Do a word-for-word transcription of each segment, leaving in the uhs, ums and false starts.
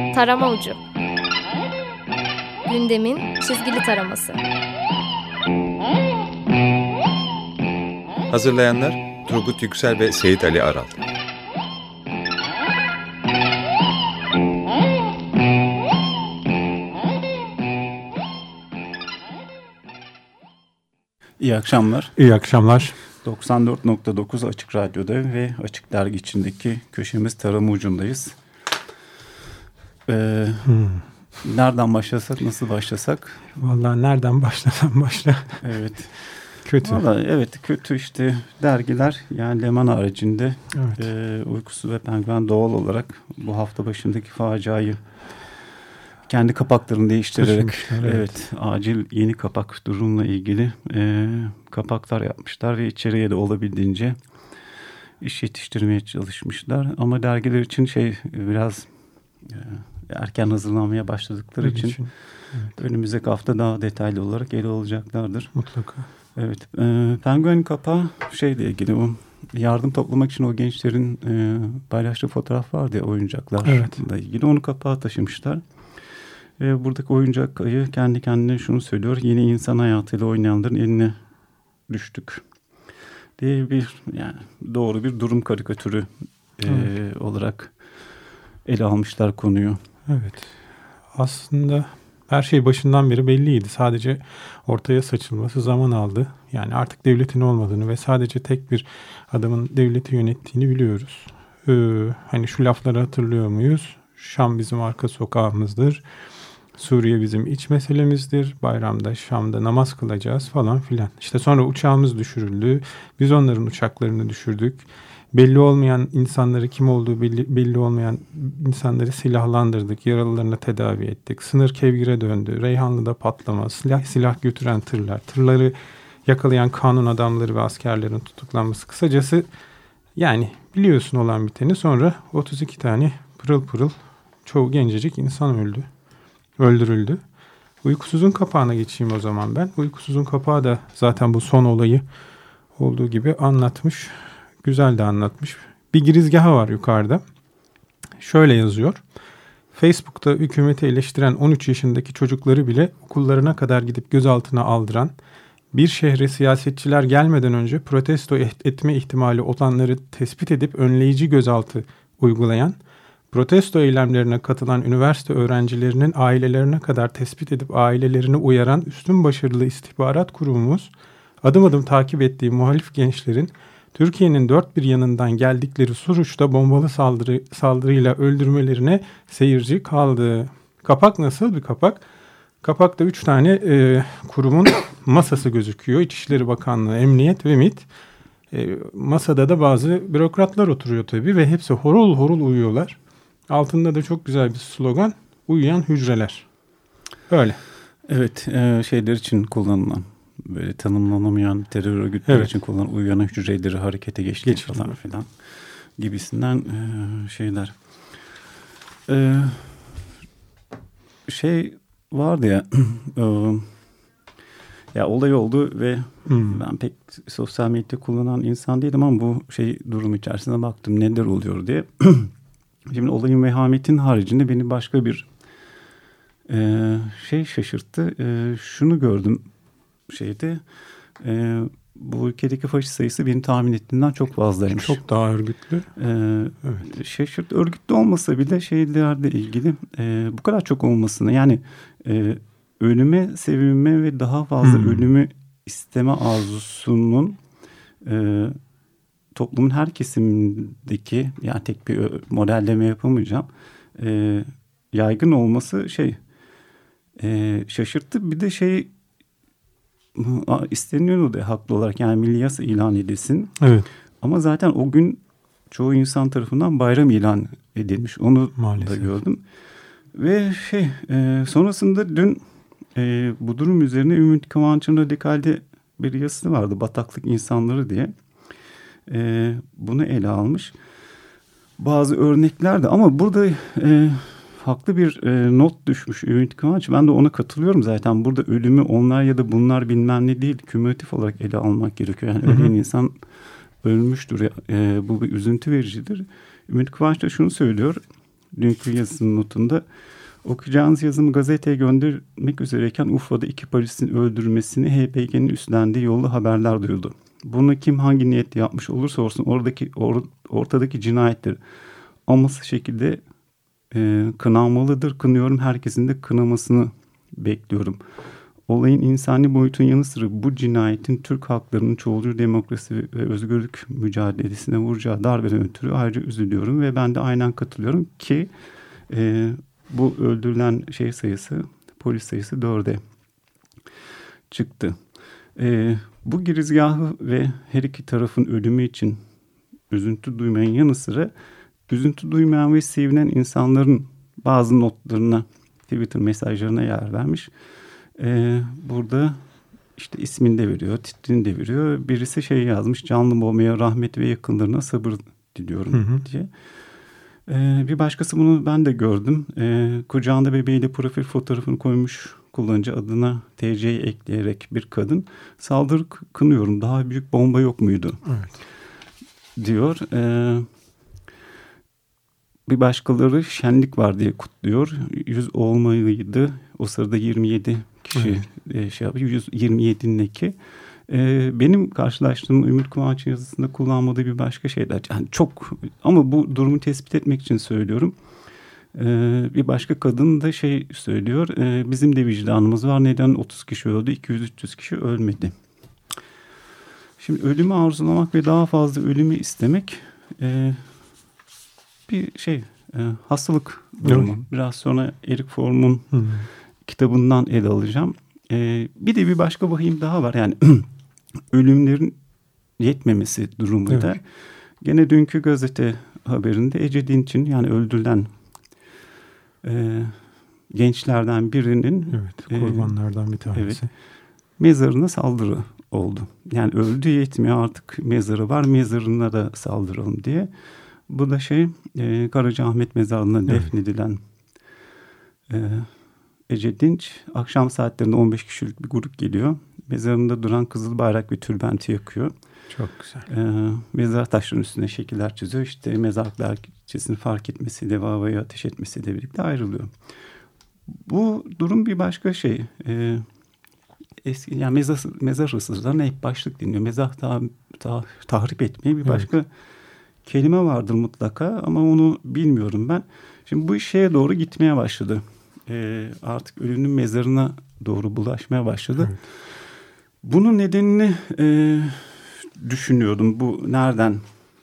Tarama Ucu. Gündemin çizgili taraması. Hazırlayanlar Turgut Yüksel ve Seyit Ali Aral. İyi akşamlar. İyi akşamlar. doksan dört nokta dokuz Açık Radyo'da ve Açık Dergi içindeki köşemiz Tarama Ucu'ndayız. Ee, hmm. Nereden başlasak, nasıl başlasak? Vallahi nereden başlasam başla. Evet. Kötü. Vallahi evet kötü işte dergiler yani Leman haricinde evet. e, Uykusu ve Penguen doğal olarak bu hafta başındaki faciayı kendi kapaklarını değiştirerek evet. evet acil yeni kapak durumla ilgili e, kapaklar yapmışlar ve içeriye de olabildiğince iş yetiştirmeye çalışmışlar. Ama dergiler için şey biraz e, erken hazırlanmaya başladıkları için, için evet. önümüzdeki hafta daha detaylı olarak ele alacaklardır. Mutlaka. Evet. E, Penguen kapağı şeyle ilgili o yardım toplamak için o gençlerin e, paylaştığı fotoğraf vardı ya oyuncaklarla evet. ilgili onu kapağa taşımışlar. Ve buradaki oyuncak ayı kendi kendine şunu söylüyor. Yeni insan hayatıyla oynayanların eline düştük diye bir yani doğru bir durum karikatürü e, olarak ele almışlar konuyu. Evet. Aslında her şey başından beri belliydi. Sadece ortaya saçılması zaman aldı. Yani artık devletin olmadığını ve sadece tek bir adamın devleti yönettiğini biliyoruz. Ee, hani şu lafları hatırlıyor muyuz? Şam bizim arka sokağımızdır. Suriye bizim iç meselemizdir. Bayramda, Şam'da namaz kılacağız falan filan. İşte sonra uçağımız düşürüldü. Biz onların uçaklarını düşürdük. Belli olmayan insanları kim olduğu belli, belli olmayan insanları silahlandırdık. Yaralılarına tedavi ettik. Sınır kevgire döndü. Reyhanlı'da patlama, silah, silah götüren tırlar, tırları yakalayan kanun adamları ve askerlerin tutuklanması. Kısacası yani biliyorsun olan biteni. Sonra otuz iki tane pırıl pırıl çoğu gencecik insan öldü. Öldürüldü. Uykusuzun kapağına geçeyim o zaman ben. Uykusuzun kapağı da zaten bu son olayı olduğu gibi anlatmış. Güzel de anlatmış. Bir girizgahı var yukarıda. Şöyle yazıyor. Facebook'ta hükümeti eleştiren on üç yaşındaki çocukları bile okullarına kadar gidip gözaltına aldıran, bir şehre siyasetçiler gelmeden önce protesto etme ihtimali olanları tespit edip önleyici gözaltı uygulayan, protesto eylemlerine katılan üniversite öğrencilerinin ailelerine kadar tespit edip ailelerini uyaran üstün başarılı istihbarat kurumumuz, adım adım takip ettiği muhalif gençlerin Türkiye'nin dört bir yanından geldikleri Suruç'ta bombalı saldırı saldırıyla öldürmelerine seyirci kaldı. Kapak nasıl bir kapak? Kapakta üç tane e, kurumun masası gözüküyor. İçişleri Bakanlığı, Emniyet ve MİT. E, masada da bazı bürokratlar oturuyor tabii ve hepsi horul horul uyuyorlar. Altında da çok güzel bir slogan. Uyuyan hücreler. Öyle. Evet. E, şeyler için kullanılan, böyle tanımlanamayan terör örgütleri evet. için kullanılan uyuyan hücreleri harekete geçti falan filan gibisinden e, şeyler. E, şey vardı ya e, ya olay oldu ve hmm. ben pek sosyal medya kullanan insan değilim ama bu şey durum içerisinde baktım neler oluyor diye. Şimdi olayın vehametin haricinde beni başka bir e, şey şaşırttı. E, şunu gördüm şeyde. E, bu ülkedeki faşist sayısı benim tahmin ettiğimden çok fazlaymış. Çok daha örgütlü. E, evet. Şaşırttı. Örgütlü olmasa bile şeylerle ilgili e, bu kadar çok olmasını yani e, ölüme sevinme ve daha fazla hmm. ölümü isteme arzusunun e, toplumun her kesimindeki yani tek bir modelleme yapamayacağım e, yaygın olması şey e, şaşırttı. Bir de şey isteniyordu da haklı olarak yani milli yasa ilan edilsin. Evet. Ama zaten o gün çoğu insan tarafından bayram ilan edilmiş. Onu maalesef da gördüm. Ve şey e, sonrasında dün e, bu durum üzerine Ümit Kıvanç'ın Radikal'de bir yazısı vardı. Bataklık insanları diye. E, bunu ele almış. Bazı örnekler de ama burada e, haklı bir e, not düşmüş Ümit Kıvanç. Ben de ona katılıyorum zaten. Burada ölümü onlar ya da bunlar bilmem ne değil. Kümülatif olarak ele almak gerekiyor. Yani ölen insan ölmüştür. E, bu bir üzüntü vericidir. Ümit Kıvanç da şunu söylüyor. dünkü yazısının notunda. Okuyacağınız yazımı gazeteye göndermek üzereyken Urfa'da iki polisin öldürülmesini H P G'nin üstlendiği yolda haberler duyuldu. Bunu kim hangi niyetle yapmış olursa olsun oradaki or, ortadaki cinayettir olması şekilde e, kınanmalıdır. Kınıyorum, herkesin de kınamasını bekliyorum. Olayın insani boyutun yanı sıra bu cinayetin Türk halklarının çoğulcu demokrasi ve özgürlük mücadelesine vuracağı darbeden ötürü ayrıca üzülüyorum ve ben de aynen katılıyorum ki e, bu öldürülen şey sayısı, polis sayısı dörde çıktı. E, bu girizgahı ve her iki tarafın ölümü için üzüntü duymayan yanı sıra üzüntü duymayan ve sevinen insanların bazı notlarına, Twitter mesajlarına yer vermiş. Ee, burada işte ismini de veriyor, titrini de veriyor. Birisi şey yazmış, canlı bombaya rahmet ve yakınlarına sabır diliyorum hı hı. diye. Ee, bir başkası bunu ben de gördüm. Ee, kucağında bebeğiyle profil fotoğrafını koymuş kullanıcı adına T C'yi ekleyerek bir kadın. Saldırı kınıyorum, daha büyük bomba yok muydu? Evet. Diyor. Ee, bir başkaları şenlik var diye kutluyor. Yüz olmalıydı. O sırada yirmi yedi kişi evet. şey yapıyor. yüz yirmi yedinin eki. Ee, benim karşılaştığım Ümit Kıvanç'ın yazısında kullanmadığı bir başka şeyler. Yani çok, ama bu durumu tespit etmek için söylüyorum. Ee, bir başka kadın da şey söylüyor. E, bizim de vicdanımız var. Neden otuz kişi öldü? iki yüz üç yüz kişi ölmedi. Şimdi ölümü arzulamak ve daha fazla ölümü istemek e, bir şey e, hastalık durumu. Evet. Biraz sonra Erik Fromm'un hmm. kitabından ele alacağım. E, bir de bir başka vahim daha var. Yani ölümlerin yetmemesi durumuyla. Evet. Gene dünkü gazete haberinde Ece Dinç'in, yani öldürülen e, gençlerden birinin evet, kurbanlardan bir tanesi. Evet, mezarına saldırı oldu. Yani öldü yetmiyor, artık mezarı var, mezarına da saldıralım diye. Bu da şey e, Karacaahmet mezarına evet. defnedilen e, Ece Dinç. Akşam saatlerinde on beş kişilik bir grup geliyor. Mezarında duran kızıl bayrak ve tülbenti yakıyor. Çok güzel. E, mezar taşlarının üstüne şekiller çiziyor. İşte mezarlıklar bahçesini fark etmesiyle ve havayı ateş etmesiyle birlikte ayrılıyor. Bu durum bir başka şey. E, eski yani mezar, mezar hırsızlarına hep başlık dinliyor. Mezar ta, ta, tahrip etmeye bir başka evet. kelime vardır mutlaka, ama onu bilmiyorum ben. Şimdi bu şeye doğru gitmeye başladı. Ee, artık ölünün mezarına doğru bulaşmaya başladı. Evet. Bunun nedenini e, düşünüyordum. Bu nereden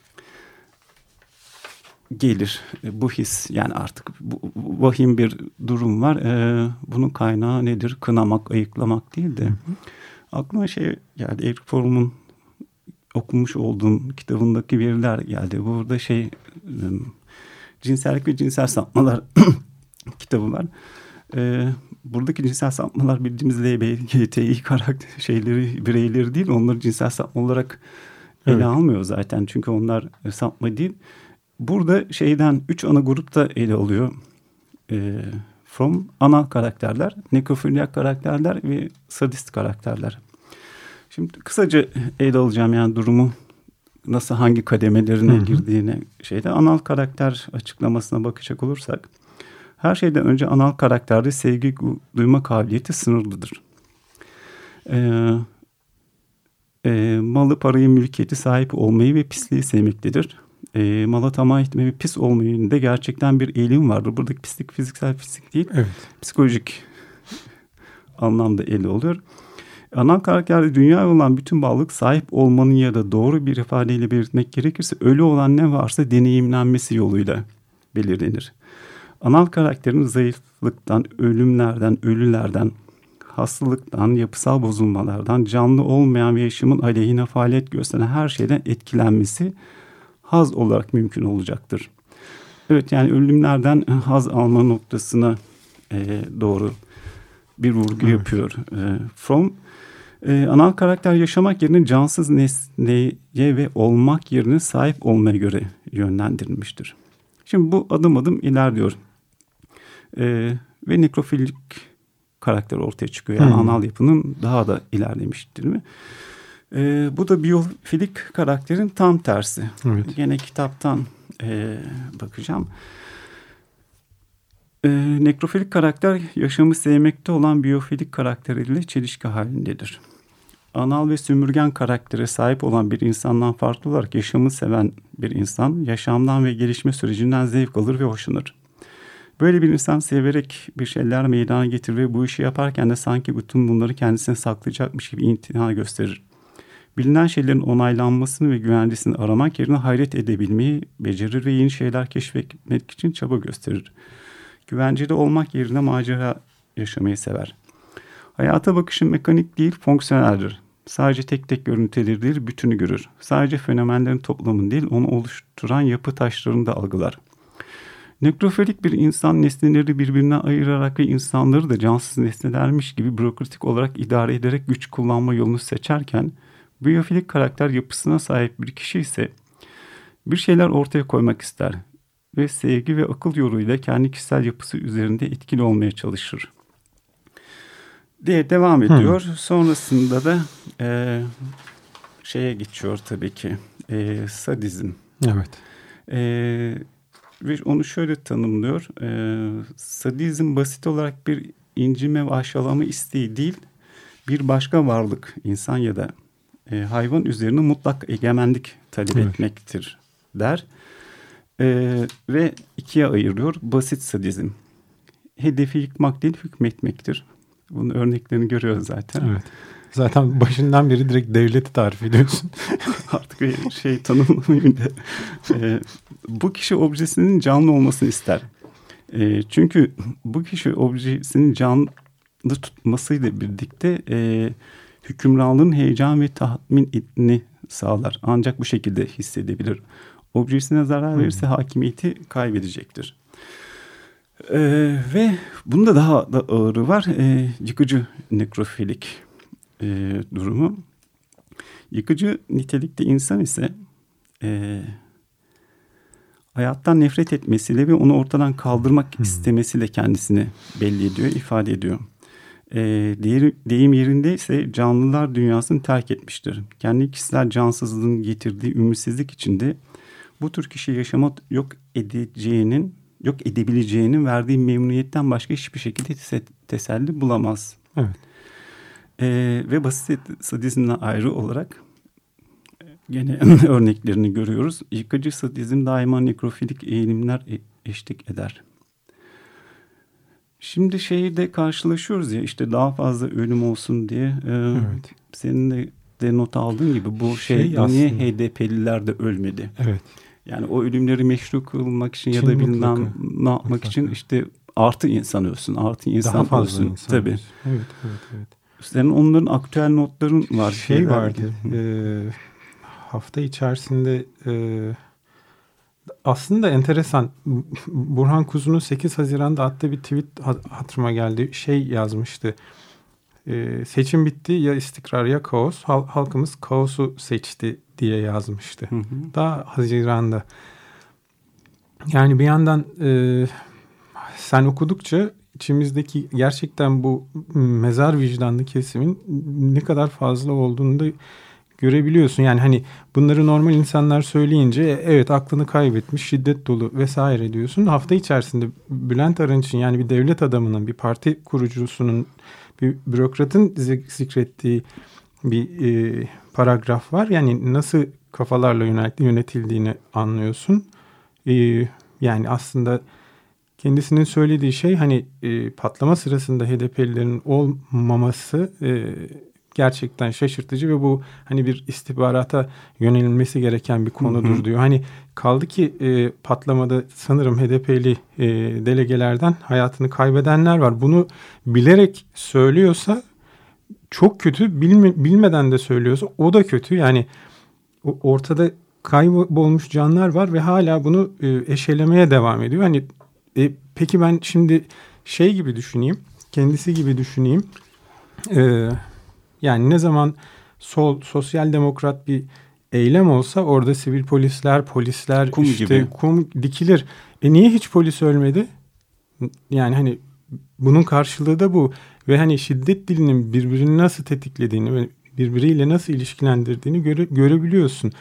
gelir e, bu his? Yani artık bu, bu vahim bir durum var. E, bunun kaynağı nedir? Kınamak, ayıklamak değil de. Hı hı. Aklıma şey geldi. Erik Fromm'un okumuş olduğum kitabındaki veriler geldi. Burada şey e, cinsellik ve cinsel sapmalar kitabı var. Ee, buradaki cinsel sapmalar bildiğimiz L B G T İ karakter şeyleri, bireyleri değil. Onları cinsel sapma olarak ele evet. almıyor zaten. Çünkü onlar sapma değil. Burada şeyden üç ana grupta ele alıyor. Ee, From anal karakterler, nekrofilyak karakterler ve sadist karakterler. Şimdi kısaca ele alacağım yani durumu nasıl, hangi kademelerine hı hı. girdiğine şeyde. Anal karakter açıklamasına bakacak olursak, her şeyden önce anal karakterde sevgi duyma kabiliyeti sınırlıdır. Ee, e, malı, parayı, mülkiyeti sahip olmayı ve pisliği sevmektedir. E, mala tamah etme ve pis olmayı da gerçekten bir eğilim vardır. Buradaki pislik fiziksel pislik değil, evet. psikolojik anlamda ele oluyor. Anal karakterde dünyaya olan bütün bağlılık sahip olmanın ya da doğru bir ifadeyle belirtmek gerekirse ölü olan ne varsa deneyimlenmesi yoluyla belirlenir. Anal karakterin zayıflıktan, ölümlerden, ölülerden, hastalıktan, yapısal bozulmalardan, canlı olmayan ve yaşamın aleyhine faaliyet gösteren her şeyden etkilenmesi haz olarak mümkün olacaktır. Evet, yani ölümlerden haz alma noktasına e, doğru bir vurgu evet. yapıyor e, Fromm. E, anal karakter yaşamak yerine cansız nesneye ve olmak yerine sahip olmaya göre yönlendirilmiştir. Şimdi bu adım adım ilerliyor. Ee, ve nekrofilik karakter ortaya çıkıyor. Yani hmm. anal yapının daha da ilerlemiştir mi? Ee, bu da biyofilik karakterin tam tersi. Evet. Gene kitaptan e, bakacağım. E, nekrofilik karakter yaşamı sevmekte olan biyofilik karakteriyle çelişki halindedir. Anal ve sömürgen karaktere sahip olan bir insandan farklı olarak yaşamı seven bir insan, yaşamdan ve gelişme sürecinden zevk alır ve hoşlanır. Böyle bir insan severek bir şeyler meydana getirir ve bu işi yaparken de sanki bütün bunları kendisine saklayacakmış gibi imtina gösterir. Bilinen şeylerin onaylanmasını ve güvencesini aramak yerine hayret edebilmeyi becerir ve yeni şeyler keşfetmek için çaba gösterir. Güvencede olmak yerine macera yaşamayı sever. Hayata bakışı mekanik değil, fonksiyoneldir. Sadece tek tek görüntüleri değil, bütünü görür. Sadece fenomenlerin toplamını değil, onu oluşturan yapı taşlarını da algılar. Nekrofilik bir insan nesneleri birbirinden ayırarak ve insanları da cansız nesnelermiş gibi bürokratik olarak idare ederek güç kullanma yolunu seçerken, biyofilik karakter yapısına sahip bir kişi ise bir şeyler ortaya koymak ister ve sevgi ve akıl yoluyla kendi kişisel yapısı üzerinde etkili olmaya çalışır diye devam ediyor. Hmm. Sonrasında da e, şeye geçiyor tabii ki. E, sadizm. Evet. E, ve onu şöyle tanımlıyor. E, sadizm basit olarak bir incime ve aşağılama isteği değil, bir başka varlık, insan ya da e, hayvan üzerine mutlak egemenlik talep evet. etmektir der. E, ve ikiye ayırıyor. Basit sadizm. Hedefi yıkmak değil, hükmetmektir. Bunun örneklerini görüyoruz zaten. Evet. Zaten başından beri direkt devleti tarif ediyorsun. Artık bir şey tanımlamayayım da. Ee, bu kişi objesinin canlı olmasını ister. Ee, çünkü bu kişi objesinin canlı tutmasıyla birlikte e, hükümranlığın heyecan ve tatminini sağlar. Ancak bu şekilde hissedebilir. Objesine zarar verirse hmm. hakimiyeti kaybedecektir. Ee, ve bunda daha da ağırı var. Ee, yıkıcı nekrofilik e, durumu. Yıkıcı nitelikte insan ise e, hayattan nefret etmesiyle ve onu ortadan kaldırmak hmm. istemesiyle kendisini belli ediyor, ifade ediyor. E, diğer, deyim yerinde ise canlılar dünyasını terk etmiştir. Kendi kişisel cansızlığın getirdiği ümitsizlik içinde bu tür kişi yaşama yok edeceğinin yok edebileceğinin verdiği memnuniyetten başka hiçbir şekilde teselli bulamaz. Evet. Ee, ve basit sadizmden ayrı olarak gene örneklerini görüyoruz. Yıkıcı sadizm daima nekrofilik eğilimler eşlik eder. Şimdi şeyde karşılaşıyoruz ya, işte daha fazla ölüm olsun diye. E, evet. Senin de, de not aldığın gibi bu şey, şey niye H D P'liler de ölmedi? Evet. Yani o ölümleri meşru kılmak için Çin ya da bilmem ne yapmak mutlaka. için işte artı insan ölsün, artı insan daha fazla ölsün. Insan Tabii. Evet, evet, evet. Senin onların aktüel notların var. Şey vardı. e, hafta içerisinde e, aslında enteresan. Burhan Kuzu'nun sekiz Haziran'da attığı bir tweet hatırıma geldi. Şey yazmıştı. E, seçim bitti, ya istikrar ya kaos. Hal, halkımız kaosu seçti diye yazmıştı. Hı hı. Daha Haziran'da. Yani bir yandan e, sen okudukça içimizdeki gerçekten bu mezar vicdanlı kesimin ne kadar fazla olduğunu da görebiliyorsun. Yani hani bunları normal insanlar söyleyince evet aklını kaybetmiş, şiddet dolu vesaire diyorsun. Hafta içerisinde Bülent Arınç'ın, yani bir devlet adamının, bir parti kurucusunun, bir bürokratın zikrettiği bir e, paragraf var. Yani nasıl kafalarla yönetildiğini anlıyorsun. E, yani aslında kendisinin söylediği şey hani e, patlama sırasında H D P'lilerin olmaması e, gerçekten şaşırtıcı ve bu hani bir istihbarata yönelilmesi gereken bir konudur, hı hı. diyor. Hani kaldı ki e, patlamada sanırım H D P'li e, delegelerden hayatını kaybedenler var. Bunu bilerek söylüyorsa çok kötü, bilme, bilmeden de söylüyorsa o da kötü. Yani ortada kaybolmuş canlar var ve hala bunu e, eşelemeye devam ediyor. Hani e, peki ben şimdi şey gibi düşüneyim, kendisi gibi düşüneyim. E, yani ne zaman sol, sosyal demokrat bir eylem olsa orada sivil polisler, polisler kum işte gibi. kum dikilir. E niye hiç polis ölmedi? Yani hani bunun karşılığı da bu. Ve hani şiddet dilinin birbirini nasıl tetiklediğini ve birbiriyle nasıl ilişkilendirdiğini göre, görebiliyorsun.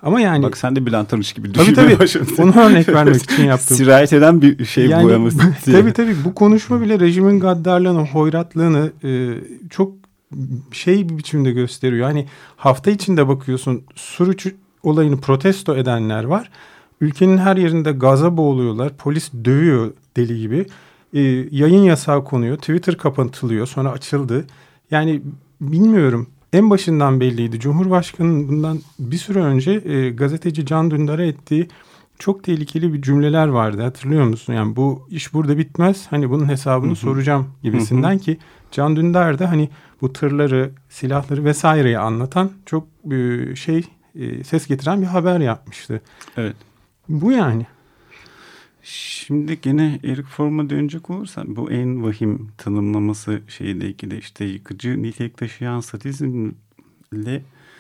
Ama yani... Bak sen de Bülent Arınç gibi tabii düşünmeye tabii başladın. onu örnek vermek için yaptım. Sirayet eden bir şey yani, bu yaması. Tabii tabii bu konuşma bile rejimin gaddarlığını, hoyratlığını e, çok şey bir biçimde gösteriyor. Hani hafta içinde bakıyorsun Suruç olayını protesto edenler var. Ülkenin her yerinde gaza boğuluyorlar. Polis dövüyor deli gibi. E, yayın yasağı konuyor. Twitter kapatılıyor. Sonra açıldı. Yani bilmiyorum. En başından belliydi. Cumhurbaşkanı'nın bundan bir süre önce e, gazeteci Can Dündar'a ettiği çok tehlikeli bir cümleler vardı. Hatırlıyor musun? Yani bu iş burada bitmez. Hani bunun hesabını hı hı. soracağım gibisinden hı hı. ki Can Dündar da hani bu tırları, silahları vesaireyi anlatan çok e, şey e, ses getiren bir haber yapmıştı. Evet. Bu yani. Şimdi gene Erik Fromm'a dönecek olursak bu en vahim tanımlaması şeyle ilgili işte yıkıcı nitelik taşıyan sadizmle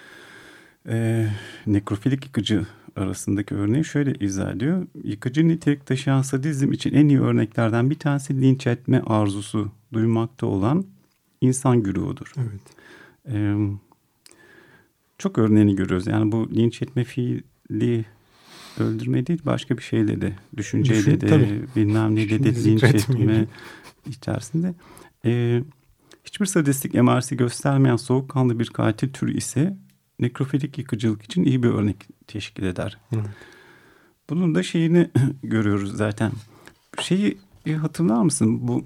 e, nekrofilik yıkıcı arasındaki örneği şöyle izah ediyor. Yıkıcı nitelik taşıyan sadizm için en iyi örneklerden bir tanesi linç etme arzusu duymakta olan insan güruhudur. Evet. E, çok örneğini görüyoruz. Yani bu linç etme fiili öldürme değil başka bir şeyle de düşünceyle Düşün, de tabii. bilmem ne de, de linç etme içerisinde. Ee, hiçbir sadistik emaresi göstermeyen soğukkanlı bir katil türü ise nekrofilik yıkıcılık için iyi bir örnek teşkil eder. Hı. Bunun da şeyini görüyoruz zaten. Şeyi hatırlar mısın? Bu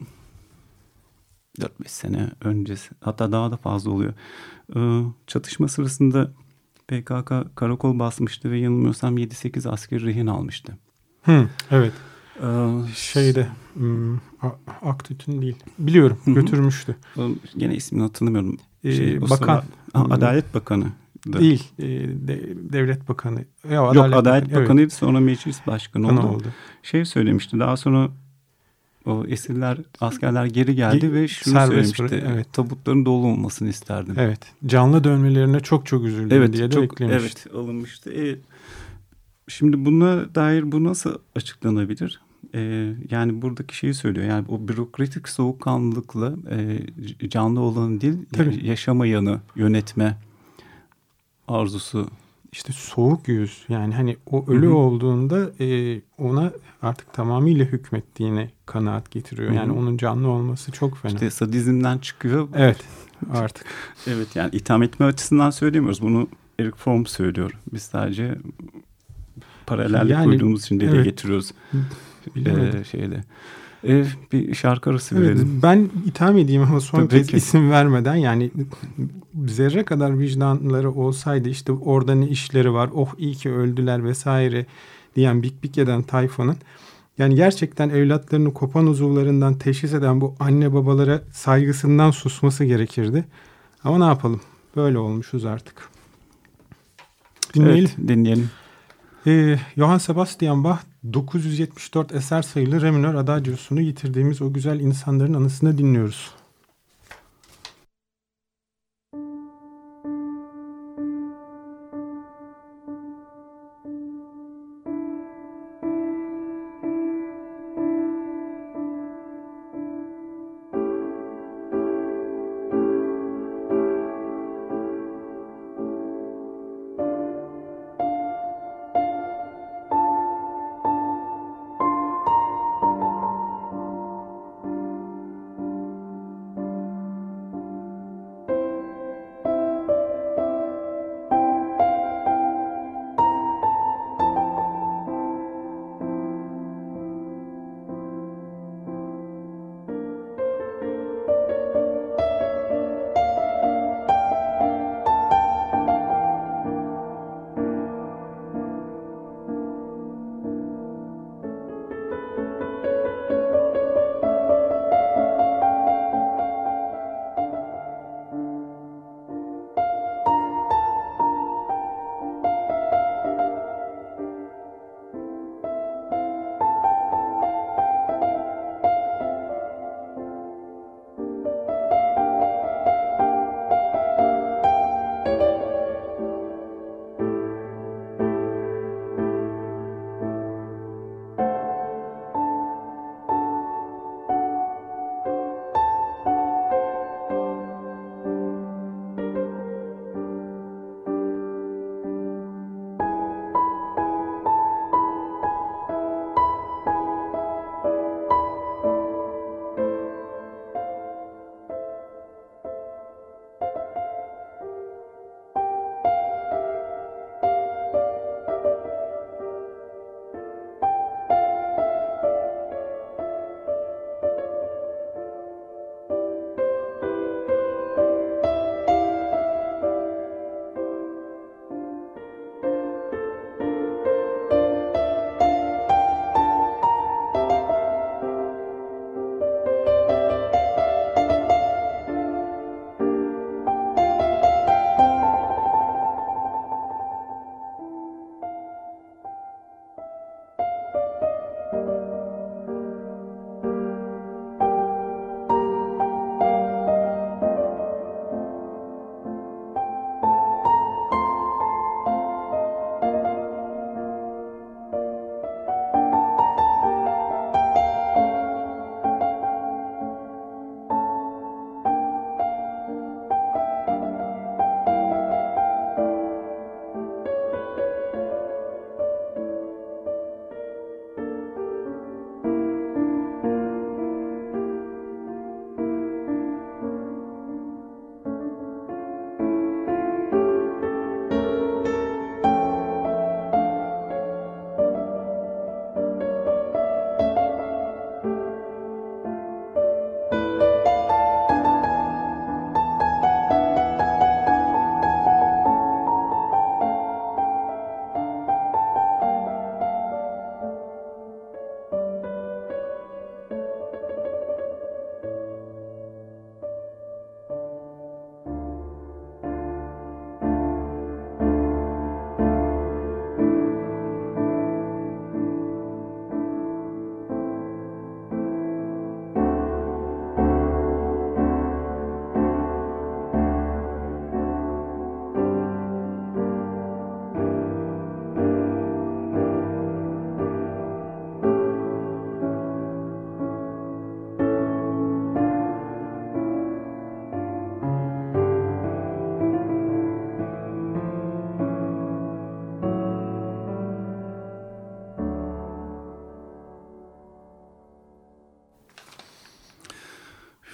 dört beş sene öncesi hatta daha da fazla oluyor. Ee, çatışma sırasında P K K karakol basmıştı ve yanılmıyorsam yedi sekiz askeri rehin almıştı. Hı, evet. Ee, Şeyde hmm, Aktütün değil. Biliyorum hı hı. götürmüştü. Gene ismini hatırlamıyorum. Ee, şey, Bakan. Sıra, Adalet Bakanı. Değil. E, de, devlet Bakanı. Ya, Adalet Yok Adalet Bakanı, Bakanı'ydı evet. Sonra meclis başkanı oldu. oldu. Şey söylemişti daha sonra o esirler, askerler geri geldi Ge- ve şunu söylemişti. Bırak, evet. Tabutların dolu olmasını isterdim. Evet. Canlı dönmelerine çok çok üzüldüm evet, diye de çok, eklemişti. Evet, alınmıştı. E, şimdi buna dair bu nasıl açıklanabilir? E, yani buradaki şeyi söylüyor. Yani o bürokratik soğukkanlılıkla e, canlı olanı değil, Tabii. yaşamayanı yönetme arzusu. İşte soğuk yüz. Yani hani o ölü Hı-hı. olduğunda e, ona artık tamamıyla hükmettiğine kanaat getiriyor. Yani Hı-hı. onun canlı olması çok fena. İşte sadizmden çıkıyor. Evet artık. Evet yani itham etme açısından söylemiyoruz. Bunu Erik Fromm söylüyor. Biz sadece paralellik yani, koyduğumuz için dile evet. getiriyoruz. Ee, şeyde. Ee, bir şarkı arası evet, verelim. Ben itham edeyim ama son Tabii kez ki. isim vermeden yani zerre kadar vicdanları olsaydı işte orada ne işleri var, oh iyi ki öldüler vesaire diyen bik bik eden tayfanın yani gerçekten evlatlarını kopan uzuvlarından teşhis eden bu anne babalara saygısından susması gerekirdi. Ama ne yapalım? Böyle olmuşuz artık. Dinleyelim. Evet, dinleyelim. Ee, Johann Sebastian Bach dokuz yüz yetmiş dört eser sayılı Re minör adagiosunu yitirdiğimiz o güzel insanların anısına dinliyoruz.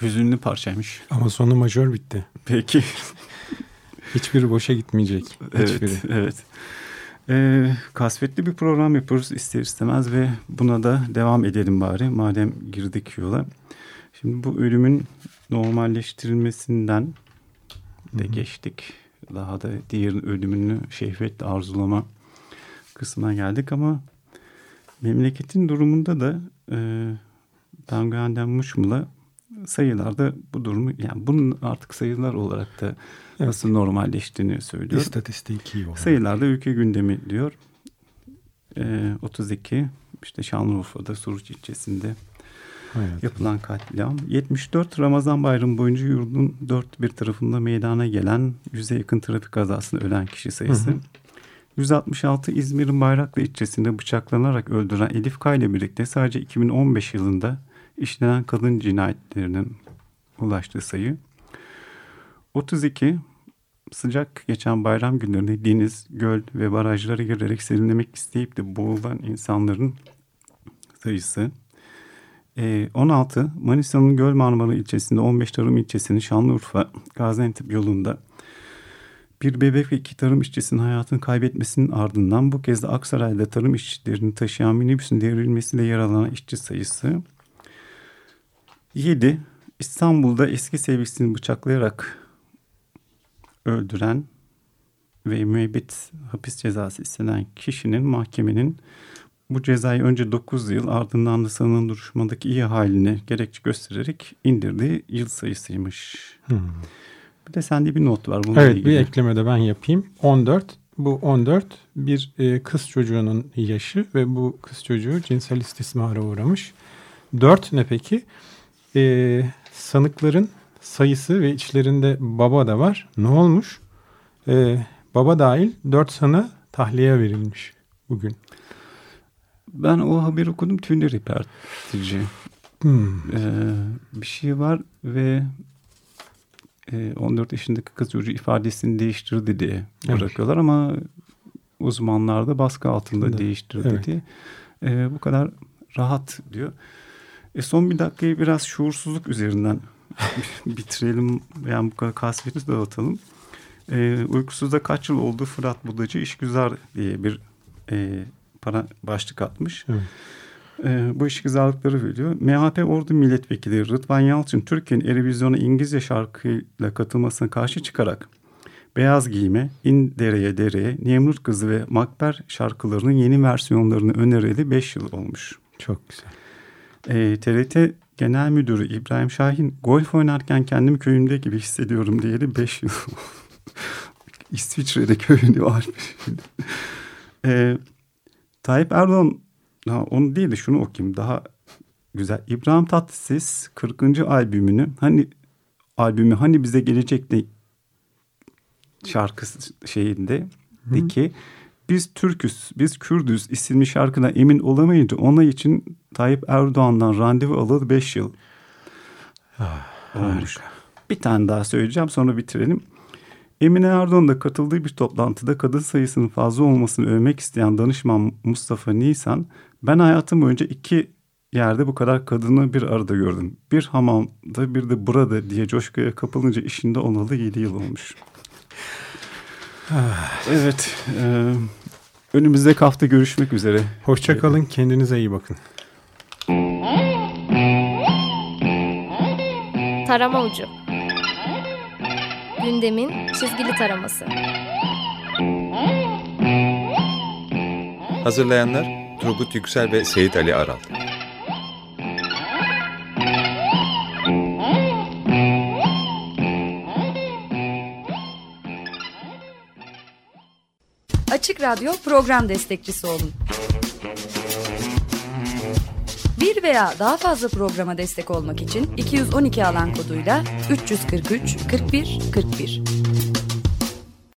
hüzünlü parçaymış. Ama sonu majör bitti. Peki. Hiçbiri boşa gitmeyecek. Hiçbiri. Evet, evet. Ee, kasvetli bir program yapıyoruz ister istemez ve buna da devam edelim bari madem girdik yola. Şimdi bu ölümün normalleştirilmesinden de geçtik. Daha da diğer ölümünü şehvetle arzulama kısmına geldik ama memleketin durumunda da e, Penguen'den Muşmula sayılarda bu durumu, yani bunun artık sayılar olarak da evet, nasıl normalleştiğini söylüyor. İstatistiki olarak. Sayılarda ülke gündemi diyor. E, otuz iki işte Şanlıurfa'da Suruç ilçesinde evet, yapılan katliam. yetmiş dört Ramazan bayramı boyunca yurdun dört bir tarafında meydana gelen yüze yakın trafik kazasında ölen kişi sayısı. Hı hı. yüz altmış altı İzmir'in Bayraklı ilçesinde bıçaklanarak öldüren Elif K ile birlikte sadece iki bin on beş yılında işlenen kadın cinayetlerinin ulaştığı sayı. otuz iki sıcak geçen bayram günlerinde deniz, göl ve barajlara girerek serinlemek isteyip de boğulan insanların sayısı. Ee, on altı Manisa'nın Göl Marmara ilçesinde, on beş Tarım ilçesinin Şanlıurfa Gaziantep yolunda bir bebek ve iki tarım işçisinin hayatını kaybetmesinin ardından bu kez de Aksaray'da tarım işçilerini taşıyan minibüsün devrilmesiyle yaralanan işçi sayısı. yedi İstanbul'da eski sevgilisini bıçaklayarak öldüren ve müebbet hapis cezası istenen kişinin mahkemenin bu cezayı önce dokuz yıl ardından da sanığın duruşmadaki iyi halini gerekçe göstererek indirdiği yıl sayısıymış. Hmm. Bir de sende bir not var. Bununla evet ilgili. Bir ekleme de ben yapayım. on dört Bu on dört bir e, kız çocuğunun yaşı ve bu kız çocuğu cinsel istismara uğramış. dört ne peki? E, sanıkların sayısı ve içlerinde baba da var. Ne olmuş? E, baba dahil dört sanığa tahliye verilmiş bugün. Ben o haberi okudum, tüyler ürpertici. Hmm. Ee, bir şey var ve e, on dört yaşındaki kız çocuğu ifadesini değiştirdi diye bırakıyorlar, evet, ama uzmanlar da baskı altında evet, değiştirdi evet, diye. Ee, bu kadar rahat diyor. E, son bir dakikayı biraz şuursuzluk üzerinden bitirelim. Yani bu kadar kasveti dağıtalım. E, uykusuzda kaç yıl oldu Fırat Budacı işgüzar diye bir e, para başlık atmış. Evet. Ee, bu işgüzarlıkları veriyor. M H P Ordu Milletvekili Rıdvan Yalçın, Türkiye'nin Eurovision'a İngilizce şarkıyla katılmasına karşı çıkarak Beyaz Giyime, İn Dereye Dereye, Nemrut Kızı ve Makber şarkılarının yeni versiyonlarını önerili beş yıl olmuş. Çok güzel. Ee, T R T Genel Müdürü İbrahim Şahin, golf oynarken kendimi köyümde gibi hissediyorum diyeli beş yıl. İsviçre'de köyünü var. Ee, Tayyip Erdoğan, ha, onu değil de şunu okuyayım daha güzel. İbrahim Tatlıses kırkıncı albümünü hani albümü hani bize gelecekti şarkısı şeyinde de ki biz Türküz, biz Kürdüz isimli şarkıdan emin olamayınca ona için Tayyip Erdoğan'dan randevu alalı beş yıl ah, olmuş. Harika. Bir tane daha söyleyeceğim, sonra bitirelim. Emine Erdoğan da katıldığı bir toplantıda kadın sayısının fazla olmasını övmek isteyen danışman Mustafa Nisan, ben hayatım boyunca iki yerde bu kadar kadını bir arada gördüm. Bir hamamda bir de burada diye coşkuya kapılınca işinde olalı yedi yıl olmuş. Evet. E, önümüzdeki hafta görüşmek üzere. Hoşça kalın, kendinize iyi bakın. Tarama Ucu. Gündemin çizgili taraması. Hazırlayanlar Turgut Yüksel ve Seyit Ali Aral. Açık Radyo program destekçisi olun. Bir veya daha fazla programa destek olmak için iki yüz on iki alan koduyla üç yüz kırk üç kırk bir kırk bir